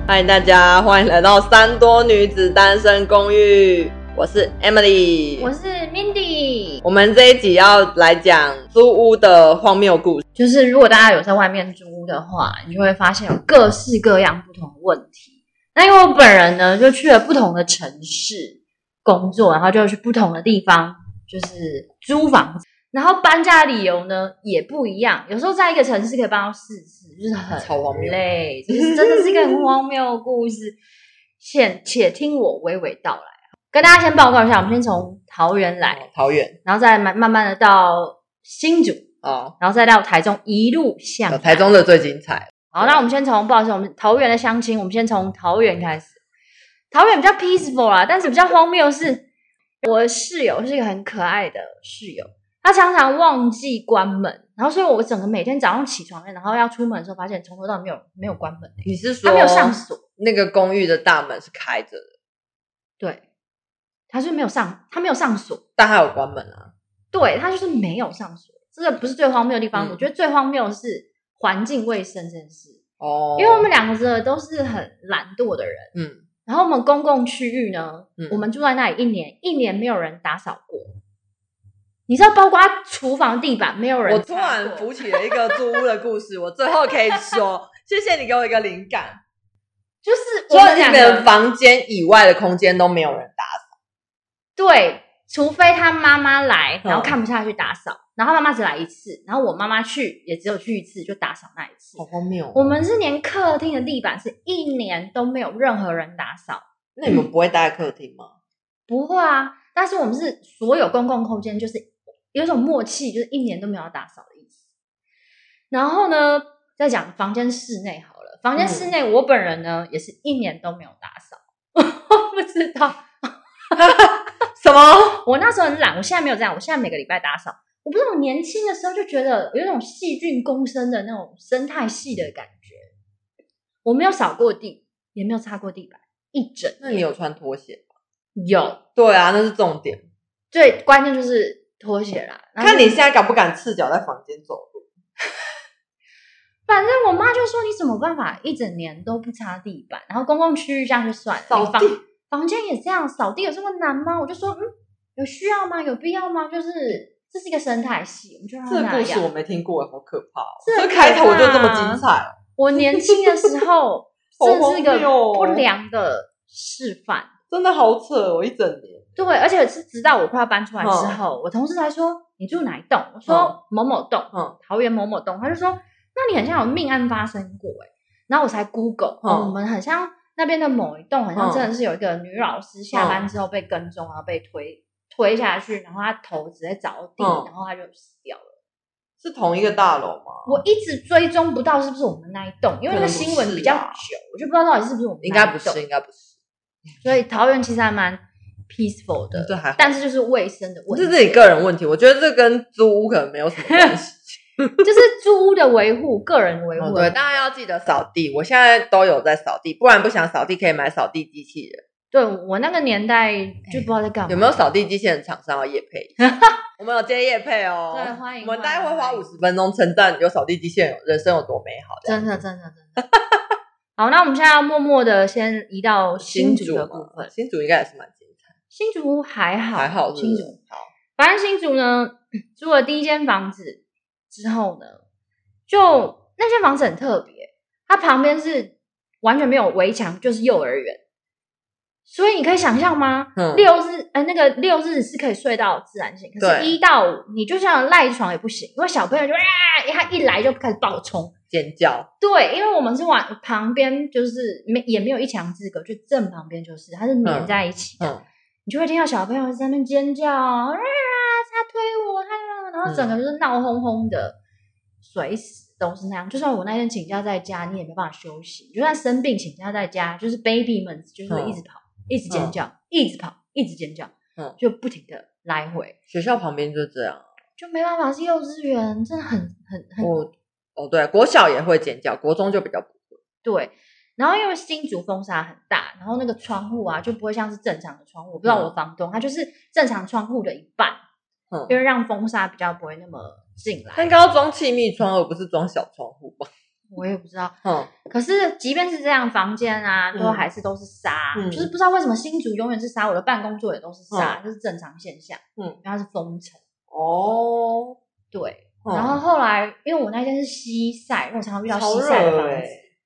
嗨，大家欢迎来到三多女子单身公寓，我是 Emily， 我是 Mindy。 我们这一集要来讲租屋的荒谬故事。 就是如果大家有在外面租屋的话，你就会发现有各式各样不同的问题。那因为我本人呢，就去了不同的城市工作，然后就去不同的地方，就是租房子。然后搬家的理由呢也不一样，有时候在一个城市可以搬到4次，就是很累，就是真的是一个很荒谬的故事。且听我娓娓道来。跟大家先报告一下，我们先从桃园来， 桃园， 然后再慢慢的到新竹，然后再到台中，一路向台中的最精彩。 好，那我们先从不好意思，我们桃园的乡亲，我们先从桃园开始。桃园比较 peaceful 啦，但是比较荒谬的是，我的室友是一个很可爱的室友，他常常忘记关门，然后所以我整个每天早上起床，然后要出门的时候，发现从头到尾没有关门。 你是说他没有上锁？ 那个公寓的大门是开着的？ 对，他没有上锁， 但他有关门啊。 对，他就是没有上锁。这个不是最荒谬的地方，我觉得最荒谬的是环境卫生这件事。因为我们两个都是很懒惰的人，然后我们公共区域呢，我们住在那里一年没有人打扫过。你知道，包括厨房地板没有人擦过。 我突然浮起了一个租屋的故事，我最后可以说，谢谢你给我一个灵感， 就是除了你们房间以外的空间都没有人打扫。 对，除非他妈妈来，然后看不下去打扫，然后妈妈只来一次，然后我妈妈去也只有去一次，就打扫那一次。 好荒谬哦！ 我们是连客厅的地板是1年都没有任何人打扫。 那你们不会待在客厅吗？ 不会啊，但是我们是所有公共空间就是有一种默契，就是1年都没有打扫的意思。然后呢，再讲房间室内好了，房间室内我本人呢也是1年都没有打扫。我不知道什么？ 我那时候很懒，我现在没有这样，我现在每个礼拜打扫。我不知道，我年轻的时候就觉得有一种细菌共生的那种生态系的感觉。我没有扫过地，也没有擦过地板一整年。 那你有穿拖鞋吗？ 有。 对啊，那是重点。 最关键就是拖鞋啦。 看你现在敢不敢赤脚在房间走路。 反正我妈就说，你怎么办法一整年都不擦地板，然后公共区域这样就算了， 扫地房间也这样，扫地有这么难吗？我就说有需要吗？有必要吗？就是这是一个生态系，我们就让它那样。 这个故事我没听过，好可怕哦！这开头就这么精彩。 我年轻的时候这是一个不良的示范。 真的好扯哦，一整年。 对，而且是直到我快要搬出来之后，我同事才说你住哪一栋？我说某某栋，桃园某某栋。他就说那你很像有命案发生过欸。然后我才 Google，我们很像那边的某一栋，好像真的是有一个女老师下班之后被跟踪，然后被推下去，然后她头直接着地，然后她就死掉了。 是同一个大楼吗？ 我一直追踪不到是不是我们那一栋，因为那个新闻比较久，我就不知道到底是不是我们那一栋。 应该不是。 所以桃园其实还蛮 peaceful 的， 对，还好。 但是就是卫生的问题， 这是你个人问题，我觉得这跟租屋可能没有什么关系。 就是租屋的维护，个人维护。 对，当然要记得扫地。我现在都有在扫地，不然不想扫地可以买扫地机器人。 对，我那个年代就不知道在干嘛。 有没有扫地机器人厂商要业配？我们有接业配哦。 对，欢迎。 我们待会花50分钟称赞有扫地机器人人生有多美好。 真的。好，那我们现在要默默的先移到新竹的部分。 新竹应该也是蛮精彩。 新竹还好， 新竹好。 反正新竹呢，租了第一间房子之后呢，就那间房子很特别，它旁边是完全没有围墙，就是幼儿园。所以你可以想象吗？那个6日是可以睡到自然醒，可是1到5你就像赖床也不行，因为小朋友就他一来就开始暴冲尖叫。 对，因为我们是往旁边，就是也没有一墙之隔，就正旁边就是它是黏在一起的，你就会听到小朋友在那边尖叫他推我然后整个就是闹哄哄的，随时都是那样。就算我那天请假在家，你也没办法休息。就算生病请假在家，就是 baby 们就是会一直跑，一直尖叫，一直跑，一直尖叫，就不停的来回。 学校旁边就这样， 就没办法，是幼稚园，真的很。 对，国小也会尖叫，国中就比较不会。 对，然后因为新竹风沙很大，然后那个窗户啊就不会像是正常的窗户。我不知道我房东他就是正常窗户的一半，因为让风沙比较不会那么进来。 他应该要装气密窗，而不是装小窗户吧？ 我也不知道。可是即便是这样，房间啊都还是都是沙，就是不知道为什么新竹永远是沙，我的办公桌也都是沙，这是正常现象。因为它是封城。 哦， 对。然后后来因为我那间是西晒，因为我常常遇到西晒的房子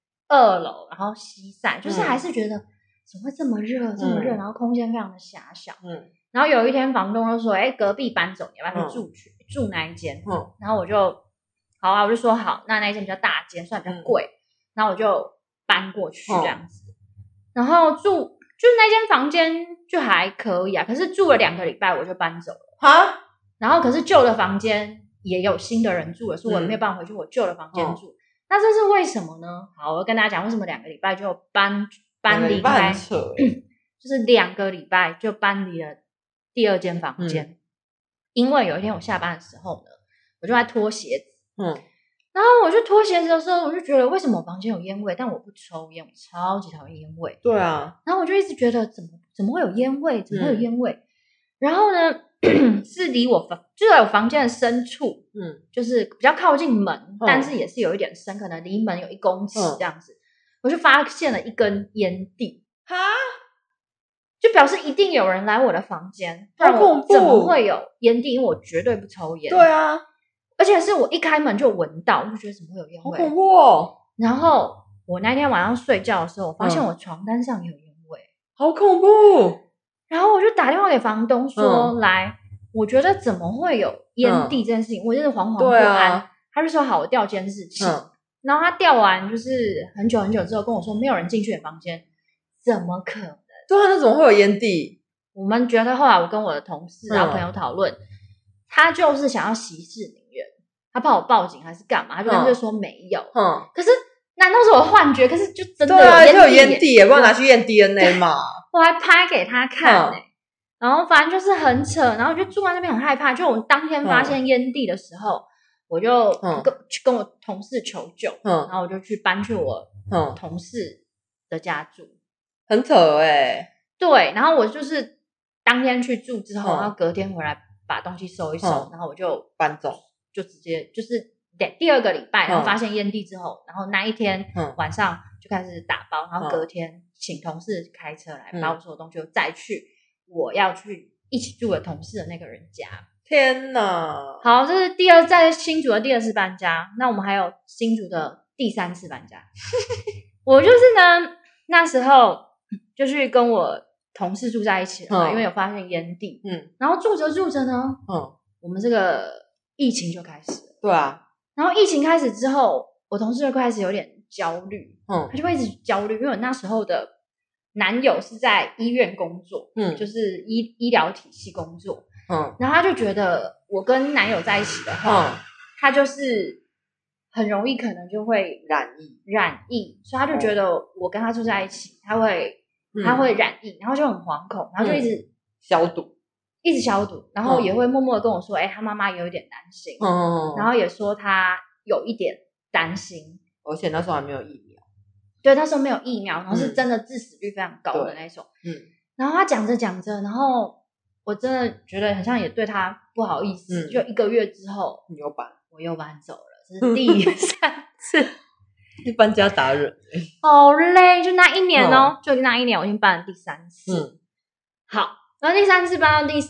，2楼，然后西晒，就是还是觉得怎么会这么热这么热，然后空间非常的狭小。然后有一天房东就说隔壁搬走，你要不要去住那一间？然后我就好啊，我就说好，那一间比较大间，算比较贵，然后我就搬过去这样子。然后就那间房间就还可以啊，可是住了2个礼拜我就搬走了。 哈， 然后可是旧的房间也有新的人住了，所以我没有办法回去我旧的房间住。那这是为什么呢？好，我跟大家讲为什么2个礼拜就搬离开，就是2个礼拜就搬离了第2间房间。因为有一天我下班的时候呢，我就在脱鞋子，然后我就脱鞋子的时候，我就觉得为什么我房间有烟味，但我不抽烟，我超级讨厌烟味。 对啊， 然后我就一直觉得怎么会有烟味，怎么会有烟味？然后呢，是离就在我房间的深处，就是比较靠近门，但是也是有一点深，可能离门有1公尺这样子，我就发现了一根烟蒂。哈，就表示一定有人来我的房间，不然我怎么会有烟蒂？因为我绝对不抽烟。 对啊， 而且是我一开门就闻到，我就觉得怎么会有烟味？ 好恐怖哦！ 然后我那天晚上睡觉的时候，我发现我床单上也有烟味， 好恐怖！ 然后我就打电话给房东说：“来，我觉得怎么会有烟蒂这件事情，我真的惶惶不安。”他就说：“好，我调监视器。”然后他调完，就是很久很久之后跟我说，没有人进去你房间，怎么可能？ 对啊，那怎么会有烟蒂？ 我们觉得后来我跟我的同事然后朋友讨论，他就是想要息事宁人，他怕我报警还是干嘛？他就干脆说没有。可是难道是我幻觉？可是就真的有烟蒂耶，不然拿去验 DNA 嘛。 我还拍给他看然后反正就是很扯，然后我就住在那边很害怕。就我当天发现烟蒂的时候，我就去跟我同事求救，然后我就搬去我同事的家住， 很扯对，然后我就是当天去住之后，然后隔天回来把东西收一收，然后我就搬走， 就直接就是第2个礼拜，然后发现烟蒂之后，然后那一天晚上就开始打包，然后隔天请同事开车来把我所有东西再去我要去一起住的同事的那个人家。 天哪！ 好，这是在新竹的第2次搬家，那我们还有新竹的第3次搬家。我就是呢，那时候就去跟我同事住在一起了嘛，因为有发现烟蒂。然后住着呢，我们这个疫情就开始了。 对啊。 然后疫情开始之后，我同事就开始有点焦虑，他就会一直焦虑，因为我那时候的男友是在医院工作，就是医疗体系工作，然后他就觉得我跟男友在一起的话，他就是很容易可能就会染疫，所以他就觉得我跟他住在一起，他会染疫，然后就很惶恐，然后就一直消毒， 然后也会默默的跟我说，他妈妈也有点担心，然后也说他有一点担心， 而且那时候还没有疫苗。 对，那时候没有疫苗，然后是真的致死率非常高的那种。然后他讲着，然后我真的觉得很像也对他不好意思。就1个月之后，我又搬走了，这是第3次。 搬家达人， 好累，就那1年就那1年，我已经搬了第3次。好，然后第3次搬到第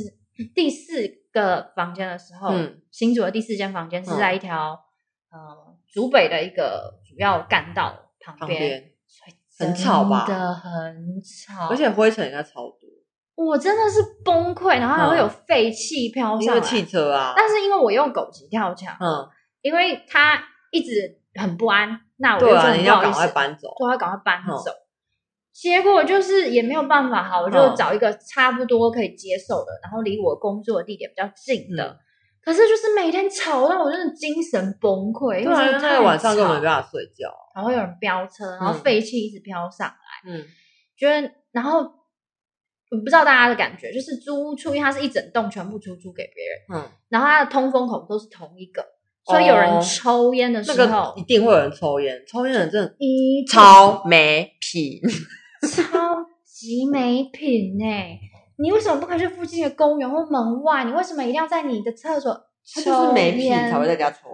4个房间的时候，新竹的第4间房间是在一条竹北的一个主要干道旁边， 很吵吧？ 真的很吵， 而且灰尘应该超多。 我真的是崩溃，然后还会有废气飘上来， 因为汽车啊。 但是因为我用狗急跳墙，因为他一直很不安，那我就说你要赶快搬走， 对，要赶快搬走。结果就是也没有办法，好，我就找一个差不多可以接受的，然后离我工作的地点比较近的。可是就是每天吵到我真的精神崩溃，因为真的太吵， 晚上根本没办法睡觉， 然后有人飙车，然后废气一直飘上来，觉得，然后我不知道大家的感觉，就是租屋处，因为它是一整栋全部出租给别人，然后它的通风口都是同一个，所以有人抽烟的时候， 那个一定会有人抽烟，抽烟的人真的超没品， 超级没品你为什么不可以去附近的公园或门外？你为什么一定要在你的厕所抽烟？ 他就是没品才会在家抽烟。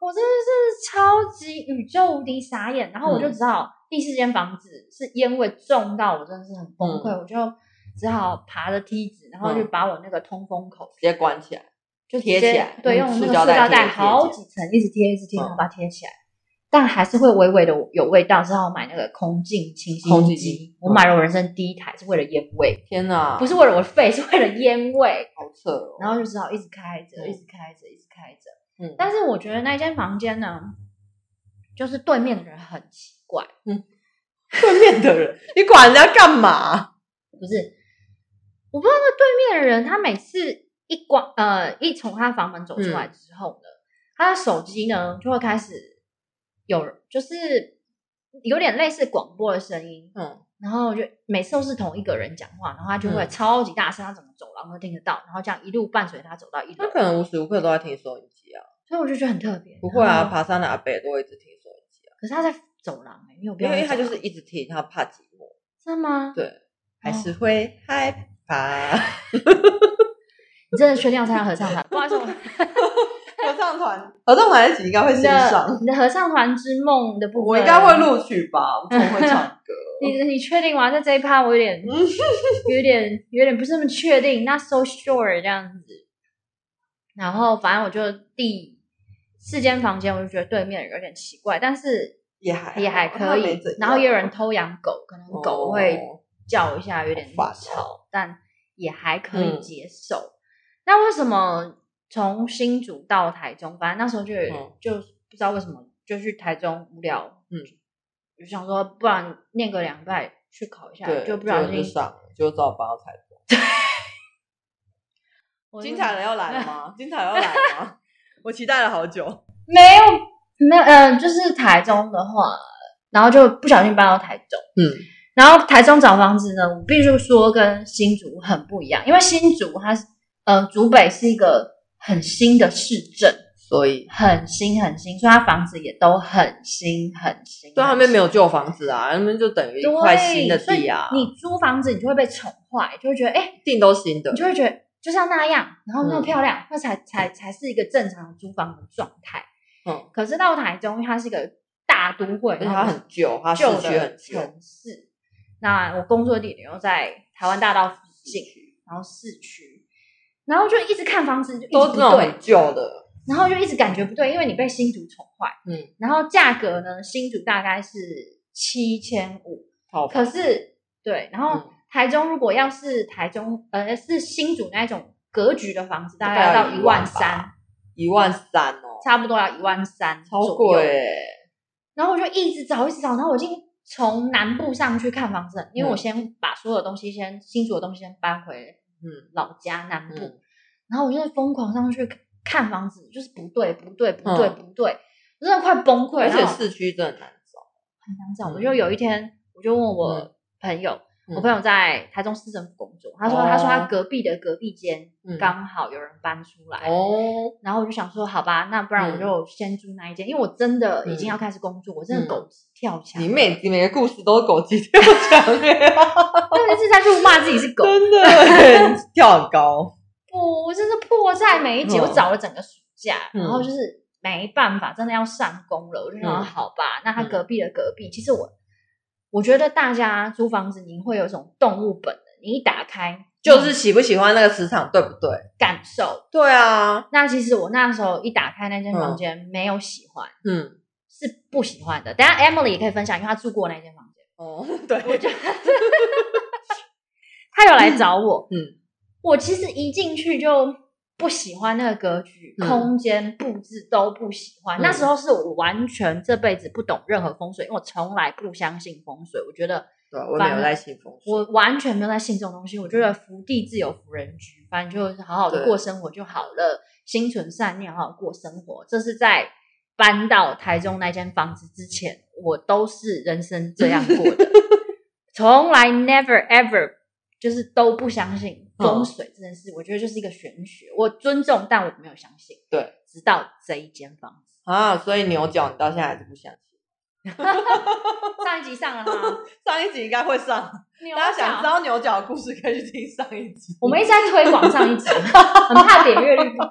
我真的是超级宇宙无敌傻眼，然后我就只好第4间房子是烟味重到我真的是很崩溃，我就只好爬着梯子，然后就把我那个通风口直接关起来， 就贴起来， 对，用那个塑胶袋好几层一直贴，然后把它贴起来。但还是会微微的有味道，只好买那个空净清新机。我买了我人生第一台，是为了烟味。 天哪， 不是为了我的肺，是为了烟味。 好扯哦。 然后就只好一直开着，一直开着。但是我觉得那间房间呢，就是对面的人很奇怪。 对面的人，你管人家干嘛？ 不是，我不知道那对面的人，他每次一从他房门走出来之后呢，他的手机呢就会开始。就是有点类似广播的声音，然后就每次都是同一个人讲话，然后他就会超级大声，他整个走廊都听得到，然后这样一路伴随他走到1楼。 他可能无时无刻都在听收音机啊， 所以我就觉得很特别。 不会啊，爬山的阿伯都会一直听收音机啊。 可是他在走廊因为他就是一直听，他怕寂寞。 真的吗？ 对，还是会害怕。 你真的确定要参加合唱团？不好意思， 合唱团那集应该会欣赏你的合唱团之梦的部分， 我应该会录取吧？我总会唱歌。 你确定吗？在这一趴我有点不是那么确定 ，not so sure 这样子。然后反正我就第4间房间，我就觉得对面有点奇怪，但是也还可以。然后也有人偷养狗，可能狗会叫一下，有点吵，但也还可以接受。那为什么从新竹到台中，反正那时候就不知道为什么就去台中无聊，就想说不然念个2拜去考一下，就不小心就只好搬到台中。精彩的要来了吗？精彩的要来了吗？我期待了好久。 没有，就是台中的话，然后就不小心搬到台中。然后台中找房子呢，我必须说跟新竹很不一样，因为新竹它竹北是一个很新的市镇， 所以很新，所以它房子也都很新。 对，他们没有旧房子啊，他们就等于一块新的地啊。 你租房子，你就会被宠坏，就会觉得地都新的， 你就会觉得就是要那样，然后那么漂亮，那才是一个正常的租房的状态。可是到台中，因为它是一个大都会， 然后它很旧，它市区很旧城市。那我工作地点又在台湾大道附近，然后市区，然后就一直看房子，就都是那种很旧的， 然后就一直感觉不对，因为你被新竹宠坏。然后价格呢，新竹大概是7500，可是对，然后台中如果要是是新竹那种格局的房子，大概要到13000，13000 哦， 差不多要13000， 超贵然后我就一直找，然后我已经从南部上去看房子，因为我先把所有东西新竹的东西先搬回老家南部，然后我就疯狂上去看房子，就是不对，我真的快崩溃了。 而且市区真的很难找。我就有一天，我就问我朋友，我朋友在台中市政府工作，他说他隔壁的隔壁间刚好有人搬出来，然后我就想说好吧，那不然我就先租那一间，因为我真的已经要开始工作，我真的狗急跳墙。 你每个故事都是狗急跳墙特别是在辱骂自己是狗， 真的跳很高。 我真的迫在眉睫，我找了整个暑假，然后就是没办法，真的要上工了，我就想好吧，那他隔壁的隔壁，其实我觉得大家租房子你会有一种动物本能，你一打开就是喜不喜欢那个磁场，对不对？ 感受。 对啊， 那其实我那时候一打开那间房间，没有喜欢，是不喜欢的。等一下 Emily 也可以分享，因为她住过那间房间。 对， 我觉得她有来找我，我其实一进去就不喜欢那个格局、空间布置都不喜欢。那时候是我完全这辈子不懂任何风水，因为我从来不相信风水。我觉得， 对，我没有在信风水， 我完全没有在信这种东西。我觉得福地自有福人居，反正就是好好的过生活就好了，心存善念，好好过生活。这是在搬到台中那间房子之前，我都是人生这样过的，从来 never ever 就是都不相信风水这件事。我觉得就是一个玄学，我尊重，但我没有相信。 对， 直到这一间房子啊，所以牛角你到现在还是不相信？ 上一集上了吗？ 上一集应该会上。大家想知道牛角的故事，可以去听上一集。 我们一直在推广上一集，很怕点阅率不够。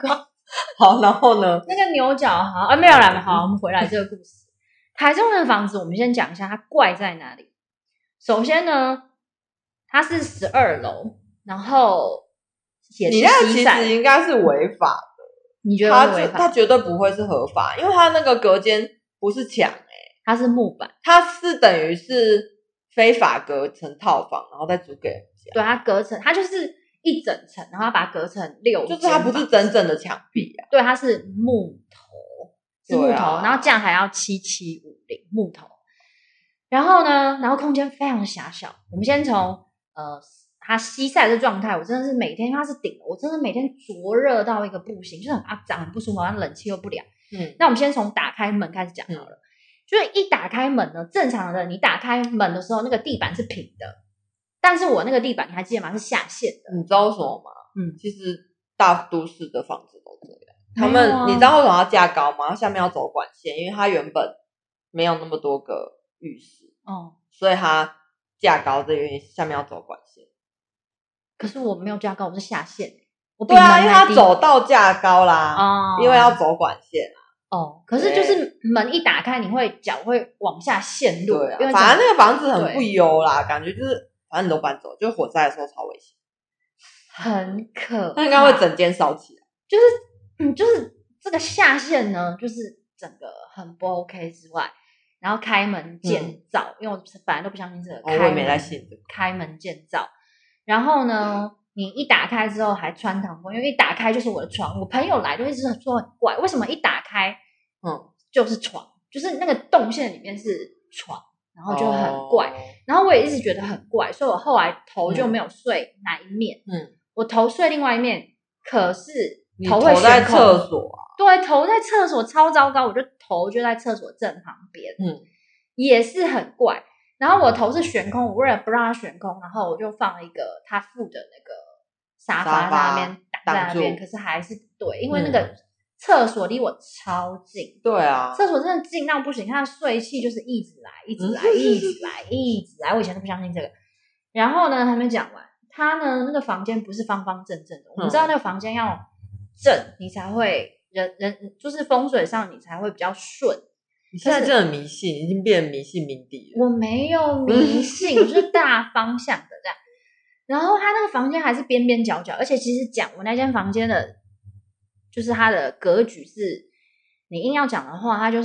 好，然后呢？ 那个牛角好啊，没有啦，好，我们回来这个故事。台中的房子，我们先讲一下它怪在哪里。首先呢，它是12楼，然后也是你那个其西晒， 实应该是违法的， 你觉得会违它法？ 绝对不会是合法，因为它那个隔间不是墙它是木板， 它是等于是非法隔成套房，然后再租给人家。 对，它隔层，它就是一整层，然后把它隔成6间， 就是它不是真正的墙壁啊。 对，它是木头，是木头， 啊、 然后这样还要7750木头。然后呢，然后空间非常的狭小。我们先从它西晒的状态，我真的是每天，因为它是顶楼，我真的每天灼热到一个不行，就是很肮脏，很不舒服，然后冷气又不良。那我们先从打开门开始讲好了。就是一打开门呢，正常的你打开门的时候，那个地板是平的，但是我那个地板你还记得吗？是下陷的。 你知道为什么吗？其实大都市的房子都这样。他们、你知道为什么要架高吗？它下面要走管线，因为它原本没有那么多个浴室，所以它架高的原因是下面要走管线。 可是我没有架高，我是下陷。 对啊，因为它走道架高啦，因为要走管线啊。 可是就是门一打开，你会脚会往下陷入。 对啊，反正那个房子很不优啦，感觉就是反正你都搬走，就是火灾的时候超危险， 很可怕。 它应该会整间烧起来。 就是这个下陷呢，就是整个很不 OK 之外，然后开门见灶，因为我本来都不相信这个， 我也没在信这个开门见灶。然后呢，你一打开之后还穿堂风，因为一打开就是我的床。我朋友来就一直说很怪，为什么一打开就是床，就是那个动线里面是床，然后就很怪。然后我也一直觉得很怪，所以我后来头就没有睡哪一面，我头睡另外一面，可是头会在厕所啊。 对，头在厕所超糟糕，我就头就在厕所正旁边，也是很怪。然后我头是悬空，我为了不让它悬空，然后我就放了一个他附的那个沙发在那边挡在那边，可是还是不对，因为那个厕所离我超近。 对啊， 厕所真的近到不行，它的睡气就是一直来，一直来，一直来，一直来。我以前都不相信这个。然后呢，还没讲完，他呢那个房间不是方方正正的，我们知道那个房间要正，你才会人就是风水上你才会比较顺。 你现在真的很迷信，已经变迷信冥地了。 我没有迷信，我是大方向的这样。然后他那个房间还是边边角角，而且其实讲我那间房间的，就是它的格局是，你硬要讲的话，它就是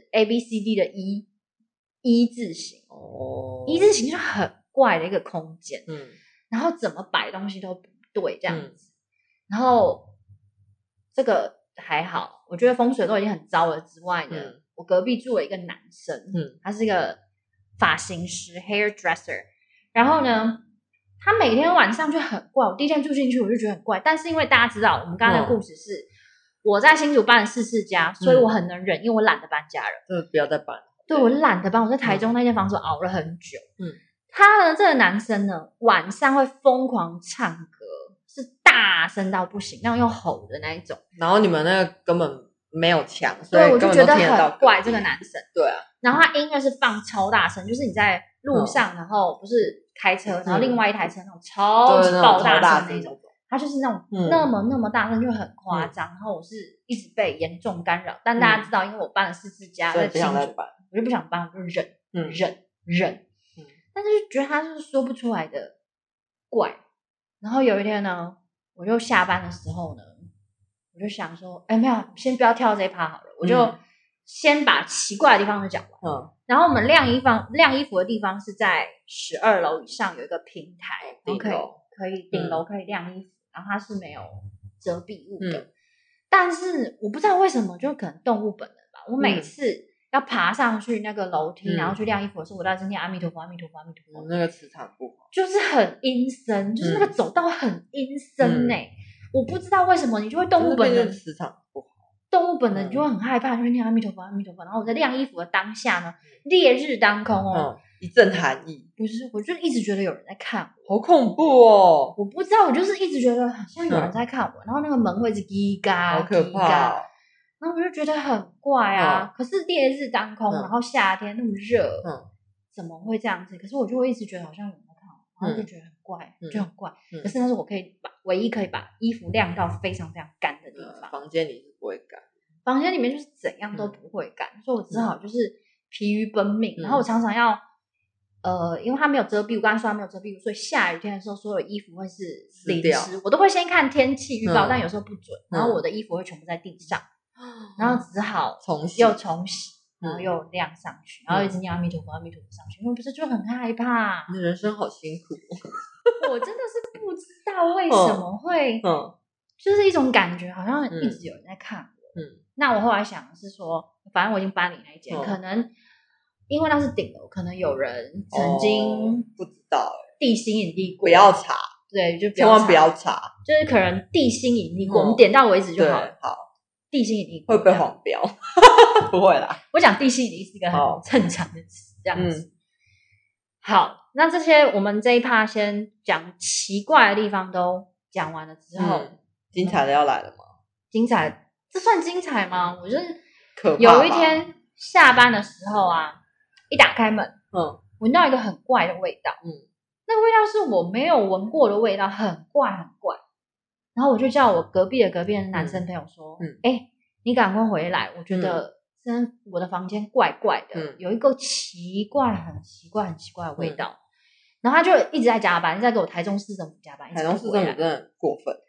ABCD 的一字形一字形就很怪的一个空间，然后怎么摆东西都不对这样子，然后这个还好，我觉得风水都已经很糟了之外呢。我隔壁住了一个男生，他是一个发型师 hairdresser， 然后呢，他每天晚上就很怪。我第一天住进去我就觉得很怪，但是因为大家知道我们刚刚的故事是我在新竹搬了4次家，所以我很能忍，因为我懒得搬家了。 不要再搬。 对，我懒得搬，我在台中那间房子熬了很久。他呢，这个男生呢，晚上会疯狂唱歌，是大声到不行，那种用吼的那一种。 然后你们那个根本没有墙，所以我就觉得很怪这个男生。 对啊， 然后他音乐是放超大声，就是你在路上，然后不是开车，然后另外一台车那种超级爆大声那种，他就是那种那么大声就很夸张。然后我是一直被严重干扰，但大家知道，因为我搬了4次家，在新竹，我就不想搬，我就忍。但是就觉得他是说不出来的怪。然后有一天呢，我就下班的时候呢，我就想说，没有，先不要跳这一趴好了，我就先把奇怪的地方都讲完。然后我们晾衣服的地方是在12楼以上有一个平台，可以顶楼可以晾衣服，然后它是没有遮蔽物的。但是我不知道为什么，就可能动物本能吧，我每次要爬上去那个楼梯，然后去晾衣服的时候，我都在念阿弥陀佛，阿弥陀佛，阿弥陀佛。 那个磁场不好， 就是很阴森，就是那个走道很阴森我不知道为什么，你就会动物本能， 磁场不好， 动物本能你就会很害怕，就会念阿弥陀佛，阿弥陀佛。然后我在晾衣服的当下呢，烈日当空一阵寒意。 不是，我就一直觉得有人在看我， 好恐怖哦！ 我不知道，我就是一直觉得好像有人在看我，然后那个门会一直叽嘎， 好可怕哦。 然后我就觉得很怪啊。可是烈日当空，然后夏天那么热，怎么会这样子？可是我就会一直觉得好像有人在看我， 然后就觉得很怪，就很怪。可是那是我唯一可以把衣服晾到非常非常干的地方。 房间里是不会干， 房间里面就是怎样都不会干，所以我只好就是疲于奔命。然后我常常要因为它没有遮蔽物，刚才说它没有遮蔽物，所以下雨天的时候，所有衣服会是淋湿。我都会先看天气预报，但有时候不准，然后我的衣服会全部在地上，然后只好又重洗，然后又晾上去，然后一直念阿弥陀佛，阿弥陀佛上去，因为不是就很害怕。 你的人生好辛苦， 我真的是不知道为什么会，就是一种感觉，好像一直有人在看我。那我后来想的是说，反正我已经搬离那一间，可能因为那是顶楼，可能有人曾经不知道地心引力过， 不要查， 对，就千万不要查， 就是可能地心引力过，我们点到为止就好了。 好， 地心引力过会不会黄标？不会啦， 我讲地心引力是一个很正常的词，这样子。好，那这些我们这一趴先讲奇怪的地方都讲完了之后， 精彩的要来了吗？ 精彩，这算精彩吗？我就是有一天下班的时候啊，一打开门，闻到一个很怪的味道，那个味道是我没有闻过的味道，很怪很怪。然后我就叫我隔壁的男生朋友说，你赶快回来，我觉得我的房间怪怪的，有一个很奇怪的味道。然后他就一直在加班，在给我台中市政府加班。 台中市政府真的很过分，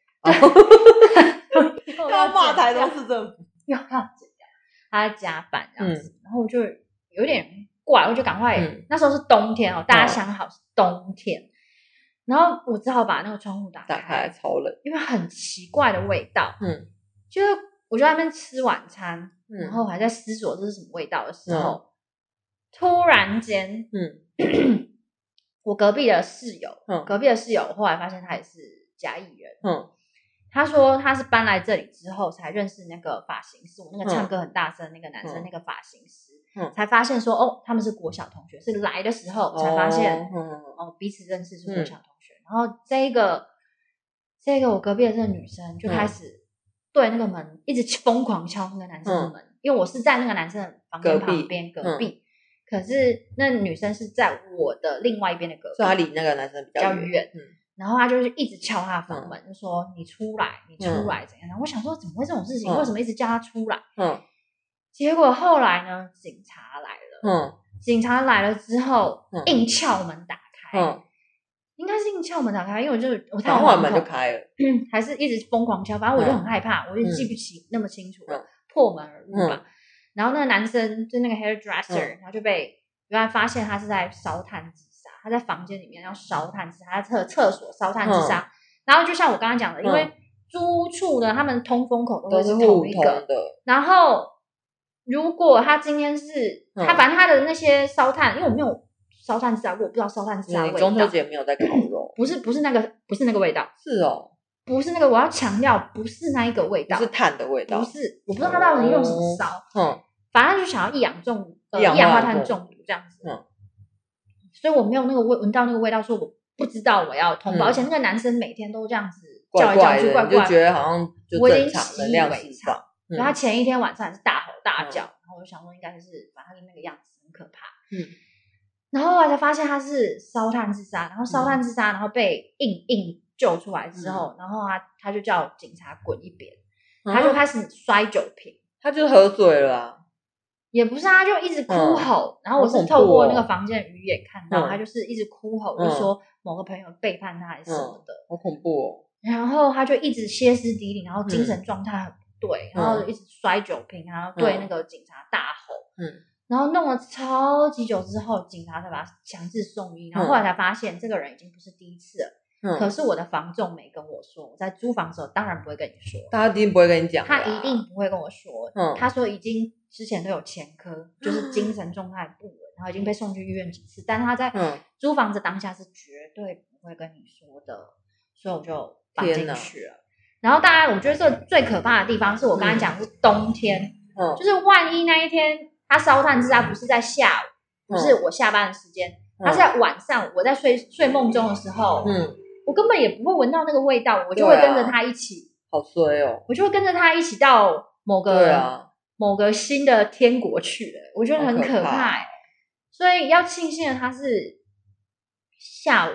要骂台中市政府， 要怎样？他在加班这样子，然后我就有点怪，我就赶快。那时候是冬天哦，大家想好是冬天，然后我只好把那个窗户打开， 超冷， 因为很奇怪的味道。就是我就在那边吃晚餐，然后还在思索这是什么味道的时候，突然间，我隔壁的室友，后来发现他也是嘉义人，他说他是搬来这里之后才认识那个发型师，我那个唱歌很大声那个男生，那个发型师，才发现说他们是国小同学，是来的时候才发现彼此认识是国小同学。然后这个我隔壁的这个女生就开始对那个门一直疯狂敲那个男生的门，因为我是在那个男生的房间旁边隔壁。可是那女生是在我的另外一边的隔壁， 所以她离那个男生比较远。 然后他就是一直敲他的房门，就说你出来怎样？然后我想说怎么会这种事情？为什么一直叫他出来？结果后来呢，警察来了。警察来了之后，硬撬门打开。应该是硬撬门打开，因为我太惶恐， 门就开了， 还是一直疯狂敲，反正我就很害怕，我就记不起那么清楚了，破门而入吧。然后那个男生就那个 hairdresser，然后就被原来发现他是在烧炭自杀，他在房间里面要烧炭自杀，他在厕所烧炭自杀。然后就像我刚刚讲的，因为租屋处呢，他们通风口都会是同一个的。然后如果他今天是他把他的那些烧炭，因为我没有烧炭自杀过，我不知道烧炭自杀味道。 中秋节没有在烤肉？ 不是那个味道。 是哦。 不是那个，我要强调，不是那一个味道， 不是炭的味道， 不是，我不知道他到底用什么烧，反正就想要一氧化碳中毒这样子，所以我没有那个闻到那个味道，说我不知道我要通报，而且那个男生每天都这样子叫来叫去，怪怪的， 就觉得好像就正常能量释放， 所以他前一天晚上也是大吼大叫，然后我就想说应该是反正那个样子很可怕，然后后来才发现他是烧炭自杀，然后烧炭自杀，然后被硬救出来之后，然后他就叫警察滚一边，他就开始摔酒瓶， 他就喝醉了啊， 也不是，他就一直哭吼，然后我是透过那个房间的鱼眼看到，他就是一直哭吼，就说某个朋友背叛他还是什么的， 好恐怖哦。 然后他就一直歇斯底里，然后精神状态很不对，然后一直摔酒瓶，然后对那个警察大吼，然后弄了超级久之后，警察才把他强制送医，然后后来才发现这个人已经不是第一次了。可是我的房仲没跟我说，我在租房的时候当然不会跟你说， 他一定不会跟你讲， 他一定不会跟我说。他说已经之前都有前科，就是精神状态不稳，然后已经被送去医院几次，但他在租房子当下是绝对不会跟你说的，所以我就放进去了。然后当然我觉得这最可怕的地方是我刚才讲是冬天，就是万一那一天他烧炭自杀不是在下午，不是我下班的时间，他是在晚上，我在睡梦中的时候，我根本也不会闻到那个味道，我就会跟着他一起， 好衰哦， 我就会跟着他一起到某个新的天国去了，我觉得很可怕所以要庆幸的他是下午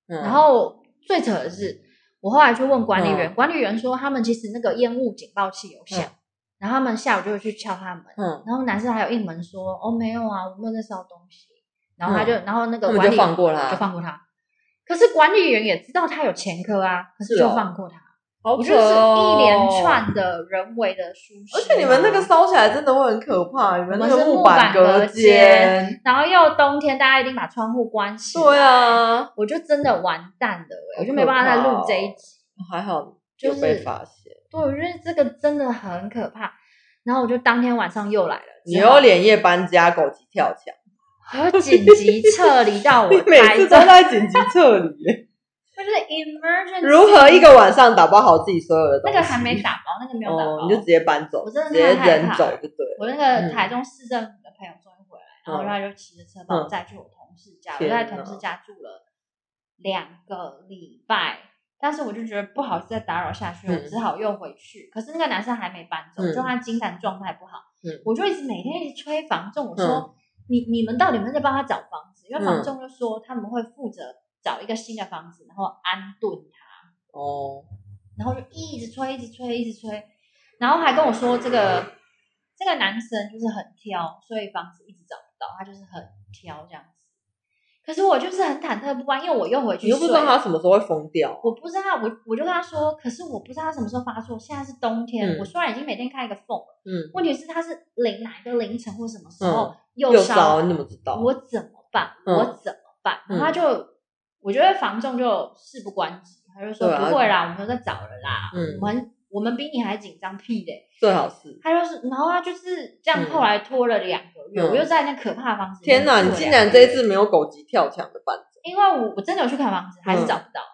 然后最扯的是，我后来去问管理员，管理员说他们其实那个烟雾警报器有响，然后他们下午就会去敲他门，然后男生还有应门说没有啊，我没有在烧东西，然后然后那个管理员就放过他，可是管理员也知道他有前科啊，可是就放过他。我就是一连串的人为的疏失， 而且你们那个烧起来真的会很可怕，你们那个木板隔间， 然后又冬天，大家一定把窗户关起来。 对啊， 我就真的完蛋了，我就没办法再录这一集。 还好就被发现， 对，我觉得这个真的很可怕。然后我就当天晚上又来了， 你又连夜搬家，狗急跳墙， 还要紧急撤离到我你每次都在紧急撤离耶。 就是 emergency， 如何一个晚上打包好自己所有的东西？ 那个还没打包，那个没有打包， 你就直接搬走， 我真的直接人走就对了。 我那个台中市政府的朋友终于回来，然后他就骑着车把我载去我同事家，我在同事家住了2个礼拜，但是我就觉得不好意思再打扰下去，我只好又回去。可是那个男生还没搬走，就他精神状态不好，我就一直每天一直催房仲，我说你们到底有没有在帮他找房子？因为房仲就说他们会负责找一个新的房子，然后安顿他。然后就一直催，然后还跟我说这个男生就是很挑，所以房子一直找不到，他就是很挑这样子。可是我就是很忐忑不安，因为我又回去睡， 你又不知道他什么时候会疯掉。 我不知道，我就跟他说，可是我不知道他什么时候发作。现在是冬天，我虽然已经每天开一个缝了，问题是他是哪一个凌晨或什么时候又烧， 你怎么知道？ 我怎么办？然后他就，我觉得房仲就事不关己，他就说不会啦，我们都在找了啦，我们比你还紧张，屁嘞， 最好是。 他就是，然后他就是这样，后来拖了2个月，我又在那可怕的房子里面。天哪，你竟然这一次没有狗急跳墙的搬走？ 因为我真的有去看房子，还是找不到。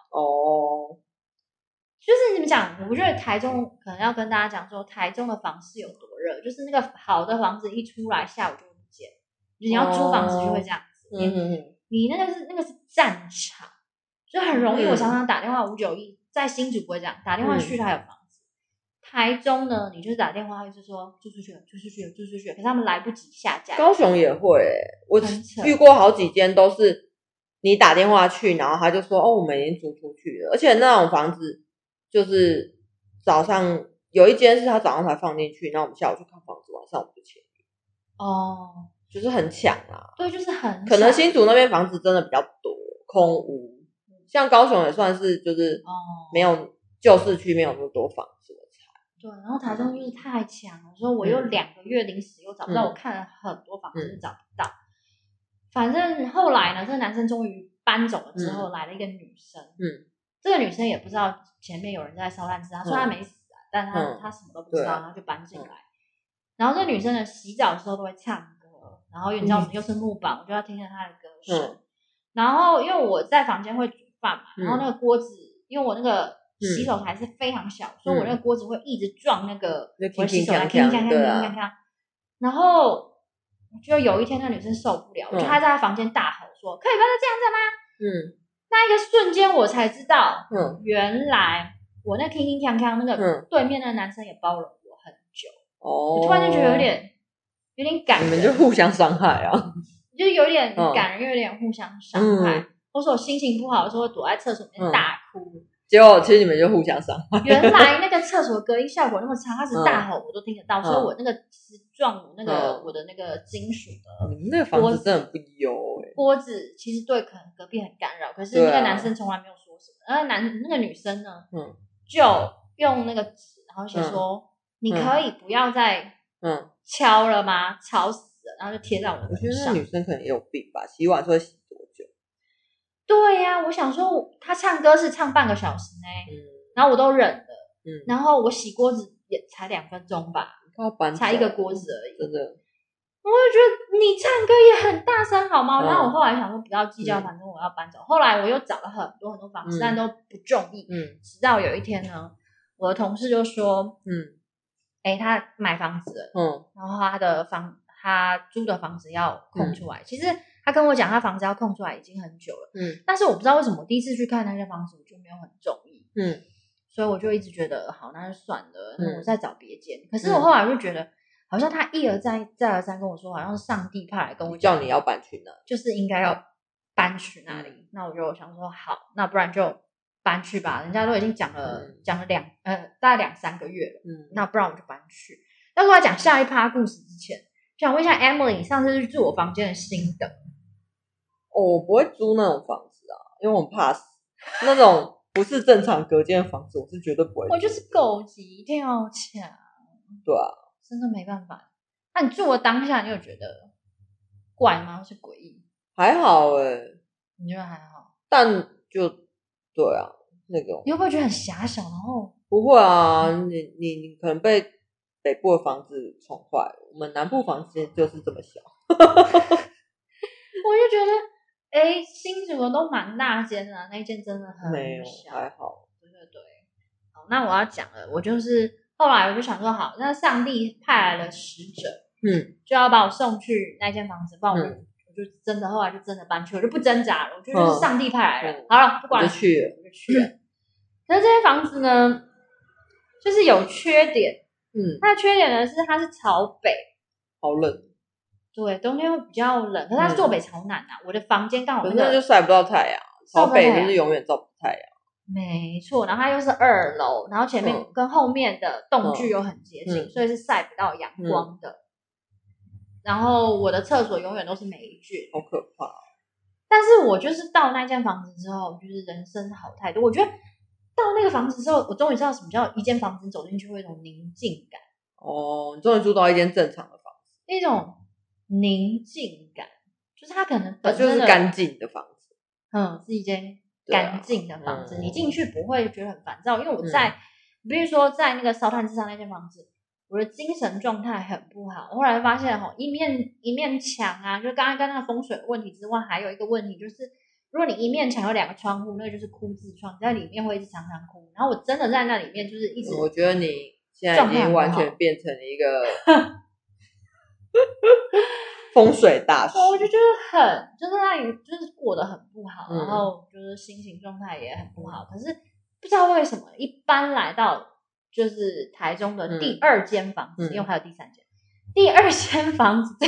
就是你们讲，我觉得台中可能要跟大家讲说，台中的房市有多热，就是那个好的房子一出来，下午就会不见。你要租房子就会这样子，你那个是战场，就很容易。我常常打电话591，在新竹不会这样，打电话去他有房子。台中呢，你就是打电话，就是说租出去了，可是他们来不及下架。 高雄也会我遇过好几间都是你打电话去，然后他就说我们已经租出去了，而且那种房子就是早上有一间是他早上才放进去，然后我们下午去看房子，晚上我们就签约。就是很抢啦。 对，就是很抢。 可能新竹那边房子真的比较多，空屋，像高雄也算是就是没有旧市区没有那么多房子。 对，然后台中就是太强了，所以我又2个月临时又找不到，我看了很多房子找不到。反正后来呢，这个男生终于搬走了之后，来了一个女生。这个女生也不知道前面有人在烧炭自杀，说她没死啊，但她什么都不知道，然后就搬进来。然后这个女生呢，洗澡的时候都会唱歌，然后你知道我们又是木板，我就要听着她的歌声。然后因为我在房间会煮饭嘛，然后那个锅子，因为我那个洗手台是非常小，所以我那个锅子会一直撞那个我的洗手台，然后就有一天那个女生受不了，我就她在她房间大吼说：“可以不要再这样子吗？”那一个瞬间我才知道，原来我那铿铿锵锵那个对面那个男生也包容我很久。我突然就觉得有点感人， 你们就互相伤害啊， 就是有点感人，又有点互相伤害。或者我心情不好的时候会躲在厕所里面大哭。 结果其实你们就互相伤害。 原来那个厕所隔音效果那么差，他只大吼我都听得到，所以我那个撞我那个我的那个金属的， 你们那个房子真的不优锅子其实对可能隔壁很干扰，可是那个男生从来没有说什么，那个女生呢，就用那个纸，然后写说你可以不要再敲了吗？吵死了，然后就贴在我的门上。 我觉得那女生可能也有病吧，洗碗会洗多久？ 对呀，我想说他唱歌是唱半个小时呢，然后我都忍了，然后我洗锅子也才2分钟吧，才一个锅子而已， 真的。 我就觉得你唱歌也很大声好吗？然后我后来想说不要计较，反正我要搬走。后来我又找了很多房子，但都不中意。直到有一天呢，我的同事就说，他买房子了，然后他租的房子要空出来。其实他跟我讲，他房子要空出来已经很久了，但是我不知道为什么我第一次去看那间房子，我就没有很中意，所以我就一直觉得好，那就算了，我再找别间。可是我后来就觉得，好像他一而再再而三跟我说，好像是上帝派来跟我叫你要搬去哪， 就是应该要搬去那里。那我就想说好，那不然就搬去吧，人家都已经讲了大概2-3个月了，那不然我就搬去。但是我要讲下一趴故事之前，想问一下 Emily， 你上次去住我房间的心得？ 我不会租那种房子啊，因为我很怕死。那种不是正常隔间的房子，我是绝对不会租。 我就是狗急跳墙。 对啊， 真的没办法。那你住的当下，你有觉得怪吗？或是诡异？ 还好你觉得还好？ 但就对啊，那个你会不会觉得很狭小？然后不会啊，你可能被北部的房子宠坏了，我们南部房子就是这么小。 我就觉得，新竹的都蛮大间的，那一间真的很小。 没有，还好。 对。好，那我要讲了，我就是后来我就想说，好，那上帝派来了使者，就要把我送去那间房子，不然我就真的后来就真的搬去，我就不挣扎了，我觉得就是上帝派来了。好了，不管了， 我就去了。 可是这间房子呢，就是有缺点。它的缺点呢是它是朝北， 好冷。 对，冬天会比较冷，可是它是坐北朝南啊。我的房间刚好那就晒不到太阳，朝北就是永远照不到太阳。 没错，然后它又是2楼，然后前面跟后面的栋距又很接近，所以是晒不到阳光的。然后我的厕所永远都是霉菌， 好可怕。 但是我就是到那间房子之后，就是人生好太多。我觉得到那个房子之后，我终于知道什么叫一间房子走进去会有一种宁静感。 你终于住到一间正常的房子， 那种宁静感，就是它可能本身就是干净的房子， 是一间干净的房子，你进去不会觉得很烦躁。因为我比如说在那个烧炭之上那间房子，我的精神状态很不好。我后来发现一面墙啊，就是刚刚那个风水问题之外，还有一个问题就是，如果你一面墙有2个窗户，那个就是哭字窗，在里面会一直常常哭。然后我真的在那里面就是一直， 我觉得你现在已经完全变成了一个风水大师。 我就觉得就是那里就是过得很不好，然后就是心情状态也很不好。可是不知道为什么，一搬来到就是台中的第2间房子，因为还有第3间，第2间房子，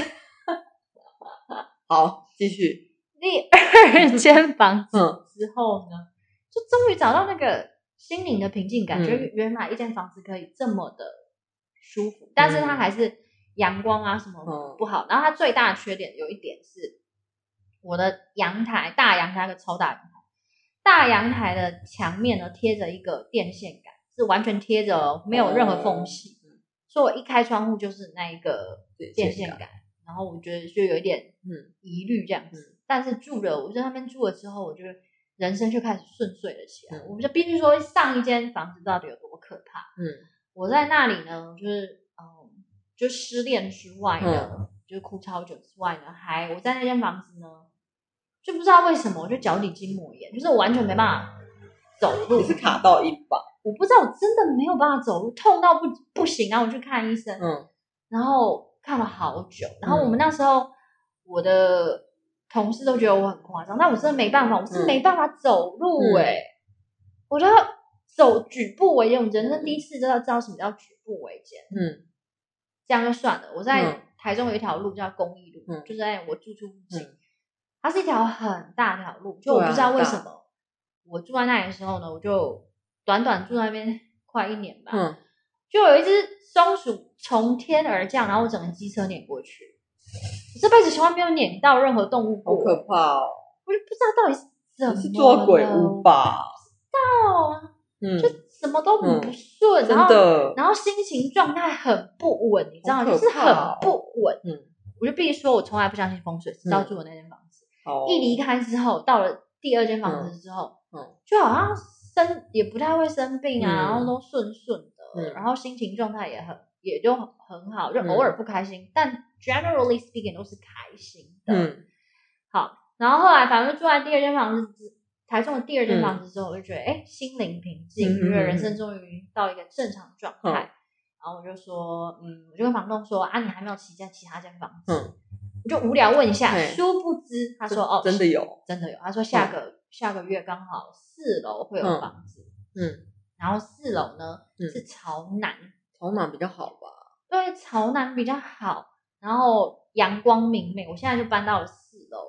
好，继续。 第2间房子之后呢，就终于找到那个心灵的平静感，觉得原来一间房子可以这么的舒服，但是它还是阳光啊什么不好。然后它最大的缺点有一点是，我的阳台大阳台，个超大阳台，大阳台的墙面呢贴着一个电线杆，是完全贴着没有任何缝隙，所以我一开窗户就是那一个电线杆，然后我觉得就有一点疑虑这样子。但是我在那边住了之后，我觉得人生就开始顺遂了起来。我就必须说，上一间房子到底有多可怕。我在那里呢，就是就失恋之外呢，就是哭超久之外呢，我在那间房子呢，就不知道为什么，我就脚底筋膜炎，就是我完全没办法走路。 你是卡到阴吧？ 我不知道，我真的没有办法走路，痛到不行。然后我去看医生，然后看了好久。然后我们那时候，我的同事都觉得我很夸张，但我真的没办法，我是没办法走路我就要举步维艰，我人生第一次知道什么叫举步维艰。这样就算了。我在台中有一条路叫公益路，就是在我住处附近，它是一条很大的条路，就我不知道为什么，我住在那里的时候呢，我就短短住在那边快1年吧，就有一只松鼠从天而降，然后我整个机车碾过去。我这辈子从来没有碾到任何动物过， 好可怕哦！ 我就不知道到底是怎么了， 你是做鬼屋吧？ 不知道就什么都很不顺， 真的， 然后心情状态很不稳，你知道吗？就是很不稳。我就必须说，我从来不相信风水，直到住我那间房子。一离开之后，到了第2间房子之后，就好像也不太会生病啊，然后都顺顺的，然后心情状态也就很好，就偶尔不开心，但 generally speaking 都是开心的。好，然后后来反正住在第2间房子，台中的第2间房子之后，我就觉得心灵平静，觉得人生终于到一个正常状态。然后我就说，我就跟房东说你还没有骑在其他间房子，我就无聊问一下，殊不知他说真的有， 他说下个月刚好4楼会有房子，然后4楼呢是朝南比较好吧？ 对，朝南比较好，然后阳光明媚。我现在就搬到了4楼，